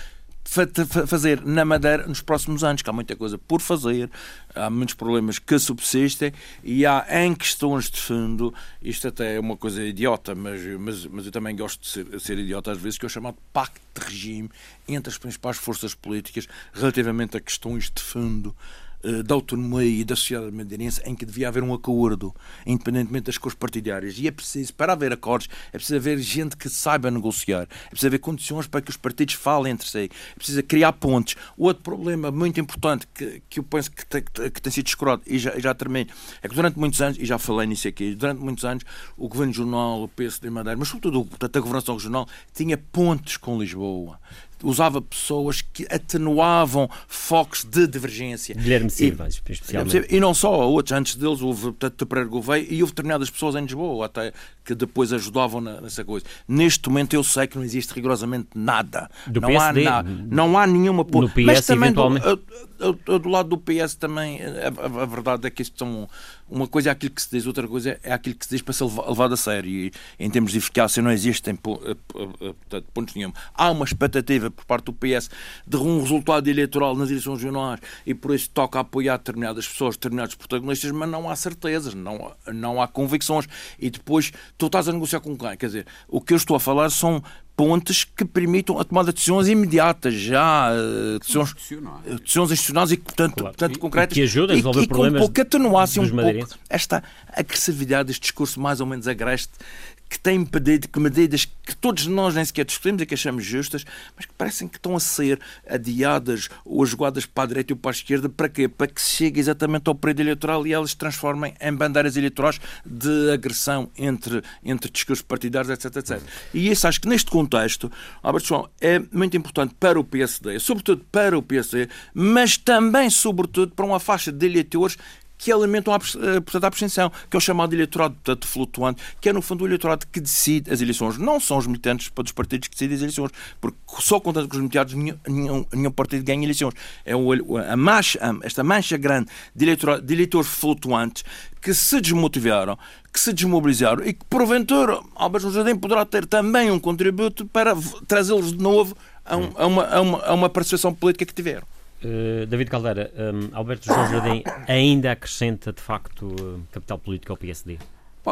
fazer na Madeira nos próximos anos, que há muita coisa por fazer, há muitos problemas que subsistem e há em questões de fundo, isto até é uma coisa idiota, mas, mas, mas eu também gosto de ser, de ser idiota às vezes, que é o chamado pacto de regime entre as principais forças políticas relativamente a questões de fundo da autonomia e da sociedade madeirense, em que devia haver um acordo, independentemente das cores partidárias. E é preciso, para haver acordos, é preciso haver gente que saiba negociar, é preciso haver condições para que os partidos falem entre si, é preciso criar pontes. Outro problema muito importante que, que eu penso que tem, que tem sido descurado, e já, já termino, é que durante muitos anos, e já falei nisso aqui, durante muitos anos, o Governo Regional, o P S D Madeira, mas sobretudo a Governação Regional, tinha pontes com Lisboa. Usava pessoas que atenuavam focos de divergência. Guilherme Silva, e, especialmente. E não só, outros antes deles, houve Pereira Gouveia e houve determinadas pessoas em Lisboa até que depois ajudavam nessa coisa. Neste momento eu sei que não existe rigorosamente nada. Do não P S D? Há nada. Não há nenhuma... No P S, mas também eventualmente... do, do, do lado do P S também, a, a, a verdade é que isto são... Uma coisa é aquilo que se diz, outra coisa é aquilo que se diz para ser levado a sério. E em termos de eficácia não existem pontos nenhum. Há uma expectativa por parte do P S de um resultado eleitoral nas eleições regionais e por isso toca apoiar determinadas pessoas, determinados protagonistas, mas não há certezas, não, não há convicções. E depois tu estás a negociar com quem? Quer dizer, o que eu estou a falar são pontes que permitam a tomada de decisões imediatas, já decisões, decisões institucionais e, portanto, claro. portanto e, concretas. E que ajudem a resolver e, e problemas com um pouco atenuasse um madeirenses. pouco esta agressividade, deste discurso mais ou menos agreste, que tem impedido que medidas que todos nós nem sequer discutimos e que achamos justas, mas que parecem que estão a ser adiadas ou jogadas para a direita ou para a esquerda. Para quê? Para que se chegue exatamente ao período eleitoral e elas se transformem em bandeiras eleitorais de agressão entre, entre discursos partidários, etc, etcétera. E isso acho que neste contexto, Alberto João, é muito importante para o P S D, sobretudo para o P S D, mas também, sobretudo, para uma faixa de eleitores que alimentam a, portanto, a abstenção, que é o chamado eleitorado, portanto, flutuante, que é, no fundo, o eleitorado que decide as eleições. Não são os militantes dos partidos que decidem as eleições, porque só contando com os militantes, nenhum, nenhum, nenhum partido ganha eleições. É o, a mancha, esta mancha grande de, eleitor, de eleitores flutuantes que se desmotivaram, que se desmobilizaram e que, porventura, Alberto Jardim poderá ter também um contributo para trazê-los de novo a, um, a, uma, a, uma, a uma participação política que tiveram. Uh, David Caldeira, um, Alberto João Jardim ainda acrescenta de facto uh, capital político ao P S D? Bom,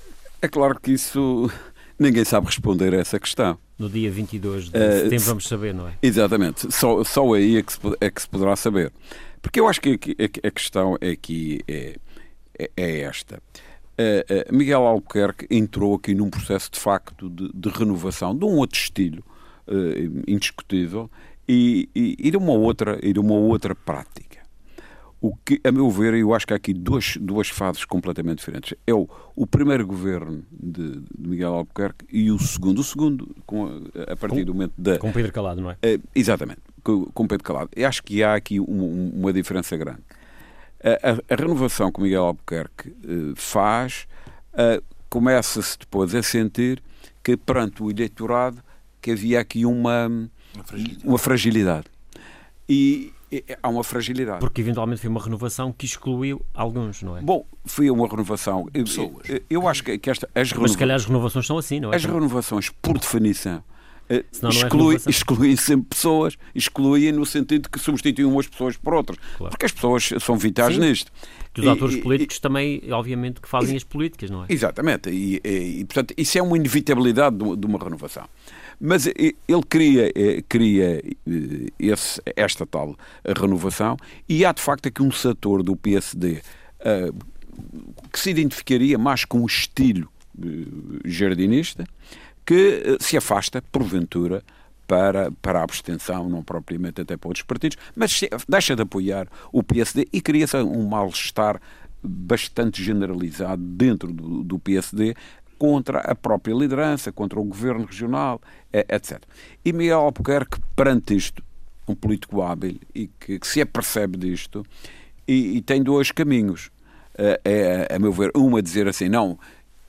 é claro que isso ninguém sabe responder a essa questão. No dia vinte e dois de uh, setembro se, vamos saber, não é? Exatamente, só, só aí é que, se, é que se poderá saber. Porque eu acho que a, a questão aqui é, é, é esta. Uh, uh, Miguel Albuquerque entrou aqui num processo de facto de, de renovação de um outro estilo uh, indiscutível. E, e, e, de uma outra, e de uma outra prática. O que, a meu ver, eu acho que há aqui duas, duas fases completamente diferentes. É o, o primeiro governo de, de Miguel Albuquerque e o segundo. O segundo, com, a partir com, do momento da... Com Pedro Calado, não é? Uh, exatamente, com, com Pedro Calado. Eu acho que há aqui um, uma diferença grande. A, a, a renovação que Miguel Albuquerque uh, faz, uh, começa-se depois a sentir que, perante o eleitorado, que havia aqui uma... Uma fragilidade. Uma fragilidade. E, e há uma fragilidade. Porque eventualmente foi uma renovação que excluiu alguns, não é? Bom, foi uma renovação. Pessoas. Eu, eu acho que esta. As renova... Mas se calhar as renovações são assim, não é? As renovações, por definição, Senão exclui, não é excluem sempre pessoas, excluem no sentido que substituem umas pessoas por outras. Claro. Porque as pessoas são vitais Sim. nisto. Que os atores políticos e, também, obviamente, que fazem e, as políticas, não é? Exatamente. E, e, e, portanto, isso é uma inevitabilidade de, de uma renovação. Mas ele queria, queria esse, esta tal renovação e há de facto aqui um setor do P S D uh, que se identificaria mais com o estilo uh, jardinista, que uh, se afasta, porventura, para, para a abstenção, não propriamente até para outros partidos, mas se, deixa de apoiar o P S D e cria-se um mal-estar bastante generalizado dentro do, do P S D, contra a própria liderança, contra o governo regional, etcétera. E Miguel Albuquerque, perante isto, um político hábil e que, que se apercebe disto, e, e tem dois caminhos. É, a meu ver, um a dizer assim, não,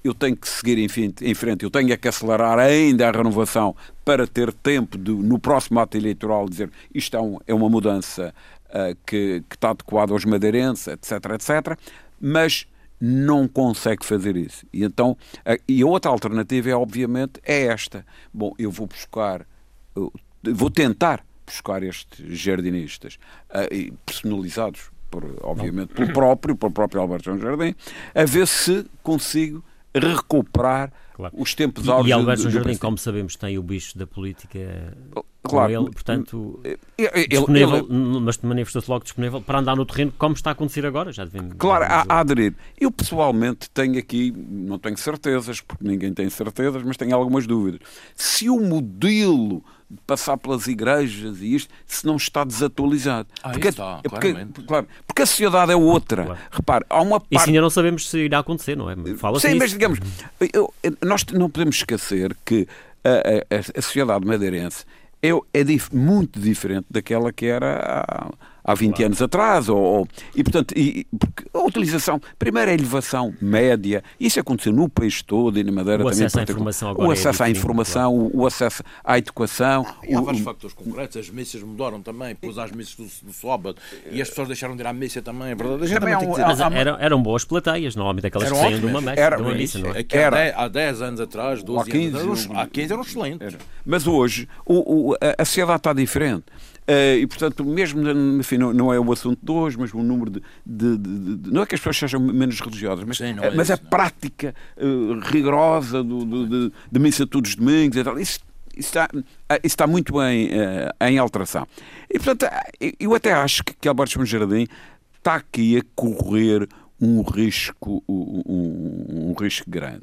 eu tenho que seguir em frente, em frente, eu tenho que acelerar ainda a renovação para ter tempo de, no próximo ato eleitoral, dizer isto é, um, é uma mudança uh, que, que está adequada aos madeirenses, etc, etcétera, mas não consegue fazer isso. E então, uh, e a outra alternativa é, obviamente, é esta. Bom, eu vou buscar, uh, vou tentar buscar estes jardinistas uh, personalizados, por, obviamente, pelo próprio, pelo próprio Alberto João Jardim, a ver se consigo recuperar claro. os tempos áureos. E, e Alberto João Jardim, como sabemos, tem o bicho da política claro. com ele, portanto, ele, disponível, ele, mas manifesta-se logo disponível para andar no terreno, como está a acontecer agora. Já devemos, claro, já a, a aderir. Eu, pessoalmente, tenho aqui, não tenho certezas, porque ninguém tem certezas, mas tenho algumas dúvidas. Se o modelo de passar pelas igrejas e isto, se não está desatualizado. Ah, porque, está, é porque, claramente. Claro, porque a sociedade é outra. Claro. Repare, há uma parte... Isso ainda não sabemos se irá acontecer, não é? Fala-se Sim, mas isso. digamos, eu, nós não podemos esquecer que a, a, a sociedade madeirense é, é dif, muito diferente daquela que era há, há vinte claro. anos atrás. Ou, ou, e, portanto, e, porque a utilização, primeiro a elevação média, isso aconteceu no país todo e na Madeira o também. Acesso à informação agora o acesso é à informação, claro. o, o acesso à educação. E há o, vários factores concretos, as missas mudaram também, pôs às missas do, do sábado e as pessoas deixaram de ir à missa também, é verdade. Também também um, dizer, mas há, eram, eram boas plateias, normalmente aquelas eram que saíam ótimas. de uma, messa, Era, de uma missa, não é? Aqui, era. Há, dez, há dez anos atrás, doze quinze, anos atrás, há quinze eram excelentes. Era. Mas hoje o, o, a sociedade está diferente. Uh, e, portanto, mesmo, enfim, não, não é o assunto de hoje, mas o número de, de, de, de... Não é que as pessoas sejam menos religiosas, mas, Sim, é mas isso, a não. prática uh, rigorosa do, do, de, de missa todos os domingos e tal, isso, isso, está, isso está muito em, uh, em alteração. E, portanto, eu até acho que, que Alberto João Jardim está aqui a correr um risco, um, um, um risco grande.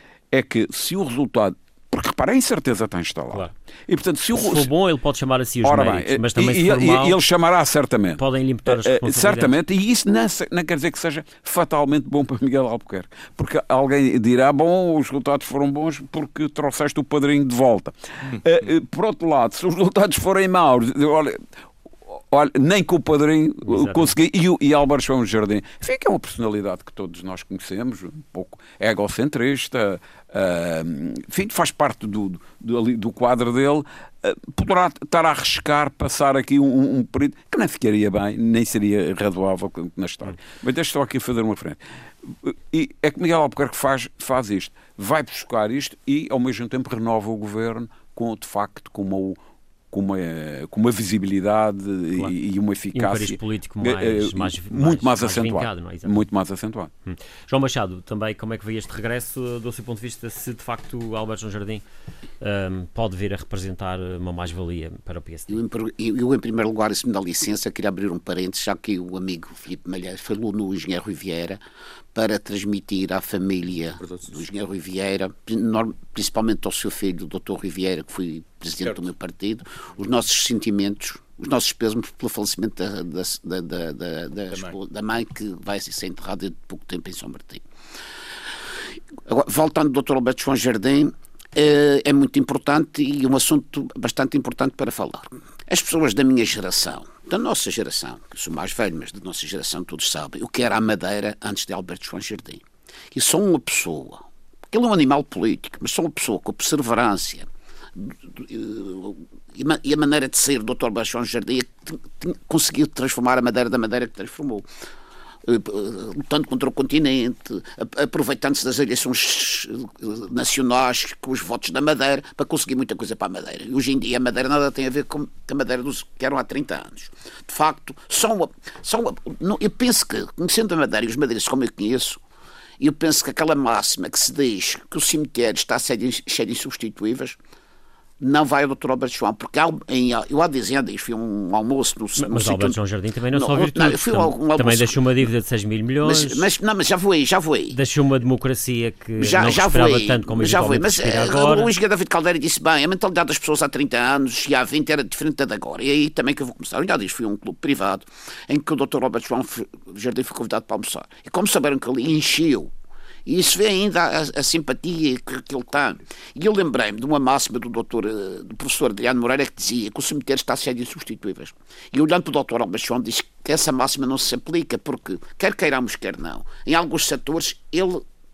É que se o resultado... Porque, repara, a incerteza está instalada. Claro. E, portanto, se, o... se for bom, ele pode chamar a si os Ora méritos, bem, mas também e, se for e, mal, ele chamará certamente. Podem limitar as responsabilidades. Certamente, e isso não, não quer dizer que seja fatalmente bom para Miguel Albuquerque. Porque alguém dirá, bom, os resultados foram bons porque trouxeste o padrinho de volta. uh, por outro lado, se os resultados forem maus, olha... Olha, nem com o padrinho Exatamente. consegui. E, o, e Alberto João Jardim, enfim, que é uma personalidade que todos nós conhecemos, um pouco egocentrista, uh, enfim, faz parte do, do, do quadro dele, uh, poderá estar a arriscar passar aqui um, um período que nem ficaria bem, nem seria razoável na história. Mas deixa só aqui fazer uma frente. E é que Miguel Albuquerque faz, faz isto, vai buscar isto e, ao mesmo tempo, renova o governo com, de facto, com uma... Com uma, com uma visibilidade claro. e, e uma eficácia. E um cariz político mais, mais, muito mais, mais acentuado. Vincado, não é? Muito mais acentuado. Hum. João Machado, também como é que veio este regresso, do seu ponto de vista, se de facto o Alberto João Jardim um, pode vir a representar uma mais-valia para o P S D? Eu, eu, em primeiro lugar, se me dá licença, queria abrir um parênteses, já que o amigo Filipe Malheiro falou no engenheiro Rui Vieira, para transmitir à família do engenheiro Rui Vieira, principalmente ao seu filho, o doutor Rui Vieira, que foi presidente certo. do meu partido, os nossos sentimentos, os nossos pêsames pelo falecimento da, da, da, da, da, da, mãe. da mãe, que vai ser enterrada de pouco tempo em São Martinho. Agora, voltando ao doutor Alberto João Jardim, é, é muito importante e um assunto bastante importante para falar. As pessoas da minha geração, da nossa geração, que eu sou mais velho, mas da nossa geração todos sabem, o que era a Madeira antes de Alberto João Jardim. E só uma pessoa, porque ele é um animal político, mas só uma pessoa com a perseverança e a maneira de ser do doutor Alberto João Jardim conseguiu transformar a Madeira da Madeira que transformou. Lutando contra o continente, aproveitando-se das eleições nacionais com os votos da Madeira para conseguir muita coisa para a Madeira. E hoje em dia a Madeira nada tem a ver com a Madeira dos que eram há trinta anos. De facto, só uma, só uma, não, eu penso que, conhecendo a Madeira e os madeirenses como eu conheço, eu penso que aquela máxima que se diz que o cemitério está cheio de insubstituíveis não vai ao doutor Alberto João, porque há, em, eu há dez anos fui um almoço no, Mas, no mas Alberto João Jardim também não, não só virtude. Não, fui um, um almoço, também deixou uma dívida de seis mil milhões. Mas, mas, não, mas já vou aí, já vou aí. Deixou uma democracia que já, não já esperava aí, tanto como já vou aí, mas agora. O engenheiro David Caldeira disse bem, a mentalidade das pessoas há trinta anos e há vinte era diferente da de agora. E aí também que eu vou começar. Eu ainda disse, fui um clube privado em que o doutor Alberto João Jardim foi convidado para almoçar. E como souberam que ele encheu, e isso vê ainda a, a simpatia que, que ele tem. E eu lembrei-me de uma máxima do, doutor, do professor Adriano Moreira que dizia que o cemitério está cheio de insubstituíveis. E olhando para o doutor Alberto João, diz que essa máxima não se aplica, porque quer queiramos, quer não, em alguns setores ele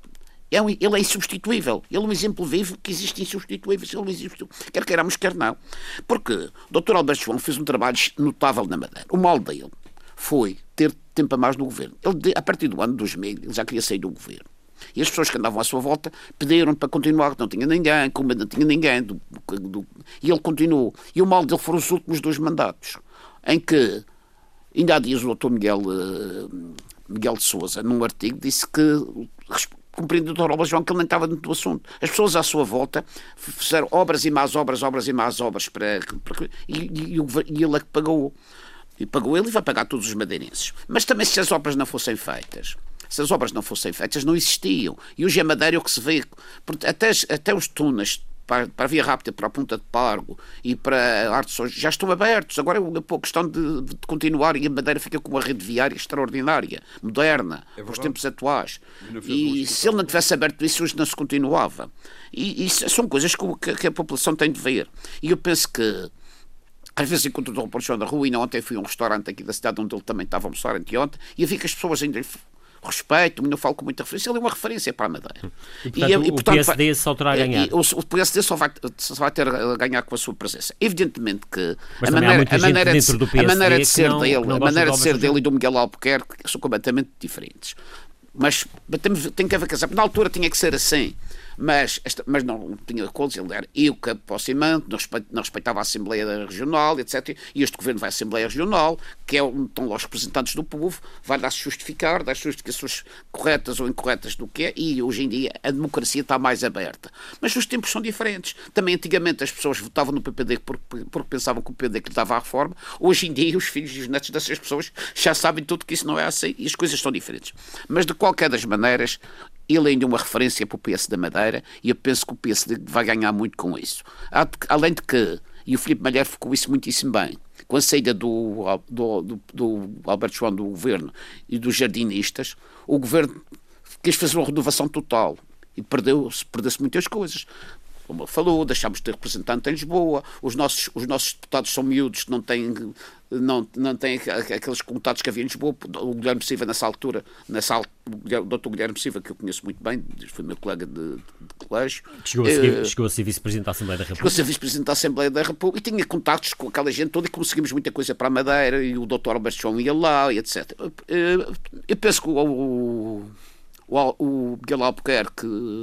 É um, ele é insubstituível. Ele é um exemplo vivo que existe insubstituível. Ele existe, quer queiramos, quer não. Porque o doutor Alberto João fez um trabalho notável na Madeira. O mal dele foi ter tempo a mais no governo. Ele, a partir do ano dois mil, ele já queria sair do governo. E as pessoas que andavam à sua volta pediram para continuar, não tinha ninguém, como não tinha ninguém. Do, do, e ele continuou. E o mal dele foram os últimos dois mandatos, em que, ainda há dias, o doutor Miguel, uh, Miguel de Sousa, num artigo, disse que, cumprindo o doutor Alberto João, que ele nem estava dentro do assunto. As pessoas à sua volta fizeram obras e mais obras, obras e mais obras, para, para, e, e, e ele é que pagou. E pagou ele e vai pagar todos os madeirenses. Mas também, se as obras não fossem feitas, se as obras não fossem feitas, não existiam. E hoje a Madeira é o que se vê. Até, até os túneis para, para a Via Rápida, para a Ponta de Pargo e para a Arte de São já estão abertos. Agora é uma questão de, de continuar e a Madeira fica com uma rede viária extraordinária, moderna, é para os tempos atuais. E se ele não tivesse aberto isso, hoje não se continuava. E, e são coisas que, que a população tem de ver. E eu penso que às vezes encontro o doutor Alberto João na rua, e não, ontem fui a um restaurante aqui da cidade onde ele também estava a almoçar anteontem, e eu vi que as pessoas ainda respeitam, não falo com muita referência, ele é uma referência para a Madeira. E, portanto, e, e, portanto, o P S D só terá a ganhar. E, o, o P S D só vai, só vai ter a ganhar com a sua presença. Evidentemente que Mas a maneira, a maneira de, a maneira de ser não, dele, a maneira de ser dele e do Miguel Albuquerque são completamente diferentes. Mas temos, tem que haver casar. Na altura tinha que ser assim. Mas, esta, mas não tinha acordos, ele era eu que aproximante, não, respeita, não respeitava a Assembleia Regional, etcétera. E este governo vai à Assembleia Regional, que é onde estão lá os representantes do povo, vai dar-se justificar, dar justificações corretas ou incorretas do que é, e hoje em dia a democracia está mais aberta. Mas os tempos são diferentes. Também antigamente as pessoas votavam no P P D porque, porque pensavam que o P P D que lhe dava a reforma. Hoje em dia os filhos e os netos dessas pessoas já sabem tudo que isso não é assim e as coisas são diferentes. Mas de qualquer das maneiras, ele ainda é uma referência para o P S da Madeira e eu penso que o P S D vai ganhar muito com isso. Além de que, e o Filipe Malheiro ficou isso muitíssimo bem, com a saída do, do, do, do Alberto João do governo e dos jardinistas, o governo quis fazer uma renovação total e perdeu-se perdeu-se muitas coisas. Como ele falou, deixámos de ter representante em Lisboa, os nossos, os nossos deputados são miúdos, não têm, não, não têm aqueles contatos que havia em Lisboa. O Guilherme Silva, nessa altura, nessa, o doutor Guilherme Silva, que eu conheço muito bem, foi meu colega de, de colégio. Chegou a ser, uh, chegou a ser vice-presidente da Assembleia da República. Chegou a ser vice-presidente da Assembleia da República e tinha contactos com aquela gente toda e conseguimos muita coisa para a Madeira e o doutor Alberto João ia lá e etcétera. Uh, eu penso que o, o, o, o Miguel Albuquerque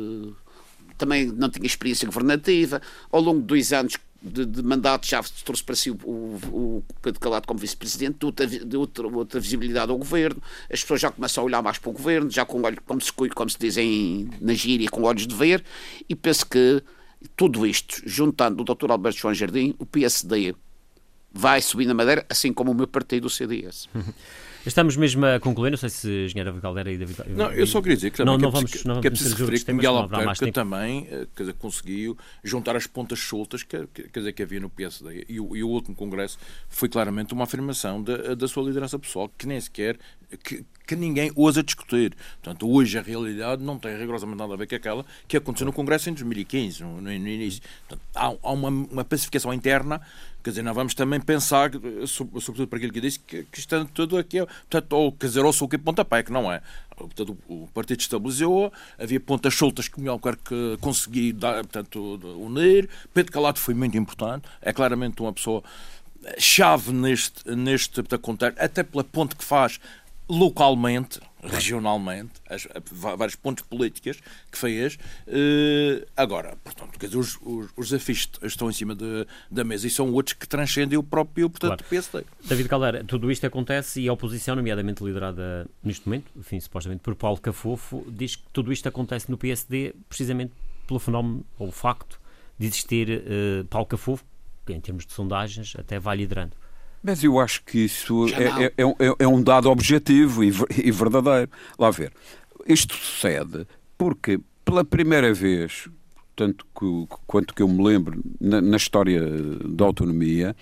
também não tinha experiência governativa. Ao longo de dois anos de, de mandato já trouxe para si o, o, o Pedro Calado como vice-presidente, de outra, de outra, outra visibilidade ao governo. As pessoas já começam a olhar mais para o governo, já com olhos, como se, como se dizem na gíria, com olhos de ver, e penso que tudo isto, juntando o doutor Alberto João Jardim, o P S D vai subir na Madeira, assim como o meu partido, o C D S. Estamos mesmo a concluir, não sei se a engenheira Caldeira e David... Não, eu só queria dizer que, não, não, não que, vamos, é, não que é preciso referir que Miguel Albuquerque também quer dizer, conseguiu juntar as pontas soltas que, quer dizer, que havia no P S D. E o, e o último congresso foi claramente uma afirmação da, da sua liderança pessoal, que nem sequer... Que, que ninguém ousa discutir. Portanto, hoje a realidade não tem rigorosamente nada a ver com aquela que aconteceu no Congresso em dois mil e quinze, no, no início. Portanto, há, há uma, uma pacificação interna, quer dizer, não vamos também pensar, sobretudo para aquilo que eu disse, que, que está tudo aqui, portanto, ou, quer dizer, ou sou que pontapé, que não é. Portanto, o, o partido estabeleceu, havia pontas soltas que o Albuquerque consegui dar, portanto, unir. Pedro Calado foi muito importante, é claramente uma pessoa chave neste, neste contexto, até pela ponte que faz localmente, regionalmente, as, vários pontos políticos que fez. Uh, agora, portanto, quer dizer, os, os, os desafios estão em cima de, da mesa e são outros que transcendem o próprio, portanto, claro. P S D. David Caldeira, tudo isto acontece e a oposição, nomeadamente liderada neste momento, enfim, supostamente por Paulo Cafofo, diz que tudo isto acontece no P S D precisamente pelo fenómeno, ou o facto de existir uh, Paulo Cafofo, que em termos de sondagens até vai liderando. Mas eu acho que isso é, é, é, é um dado objetivo e, e verdadeiro. Lá ver. Isto sucede porque, pela primeira vez, tanto que, quanto que eu me lembro, na, na história da autonomia,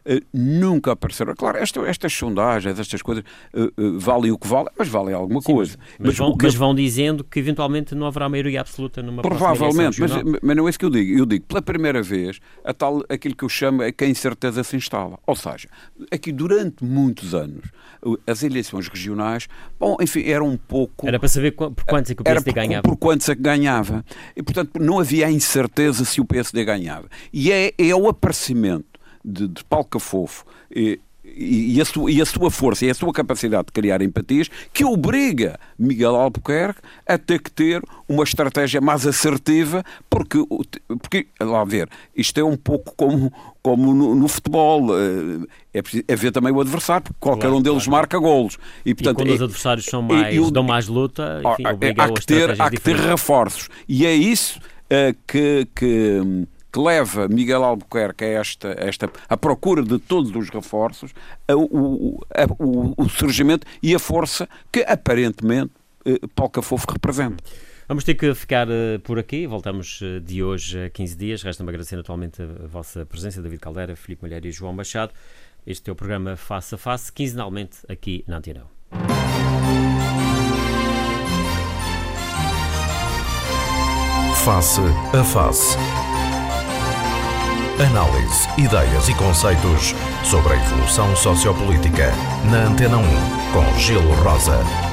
nunca apareceram. Claro, esta, estas sondagens, estas coisas, valem o que valem, mas valem alguma Sim, coisa. Mas, mas, vão, que... mas vão dizendo que eventualmente não haverá maioria absoluta numa Provavelmente, próxima eleição. Mas, mas não é isso que eu digo. Eu digo, pela primeira vez, a tal, aquilo que eu chamo é que a incerteza se instala. Ou seja, aqui durante muitos anos, as eleições regionais, bom, enfim, eram um pouco... Era para saber por quantos é que o P S D era por, ganhava. Por quantos é que ganhava. E, portanto, não havia a incerteza se o P S D ganhava. E é, é o aparecimento de, de Paulo Cafofo e, e, e, a sua, e a sua força e a sua capacidade de criar empatias que obriga Miguel Albuquerque a ter que ter uma estratégia mais assertiva, porque, porque lá ver, isto é um pouco como, como no, no futebol, é preciso é ver também o adversário, porque qualquer claro, um deles claro. marca golos. E, portanto, e quando é, os adversários são mais, eu, dão mais luta, enfim, obriga há que ter, há que ter reforços. E é isso uh, que... que que leva Miguel Albuquerque a esta, a esta a procura de todos os reforços, a, o, a, o, o surgimento e a força que aparentemente Paulo Cafofo representa. Vamos ter que ficar uh, por aqui. Voltamos uh, de hoje a quinze dias. Resta-me agradecer naturalmente a, a vossa presença, David Caldeira, Filipe Malheiro e João Machado. Este é o programa Face a Face, quinzenalmente aqui na Antena um. Face a Face. Análise, ideias e conceitos sobre a evolução sociopolítica na Antena um com Gil Rosa.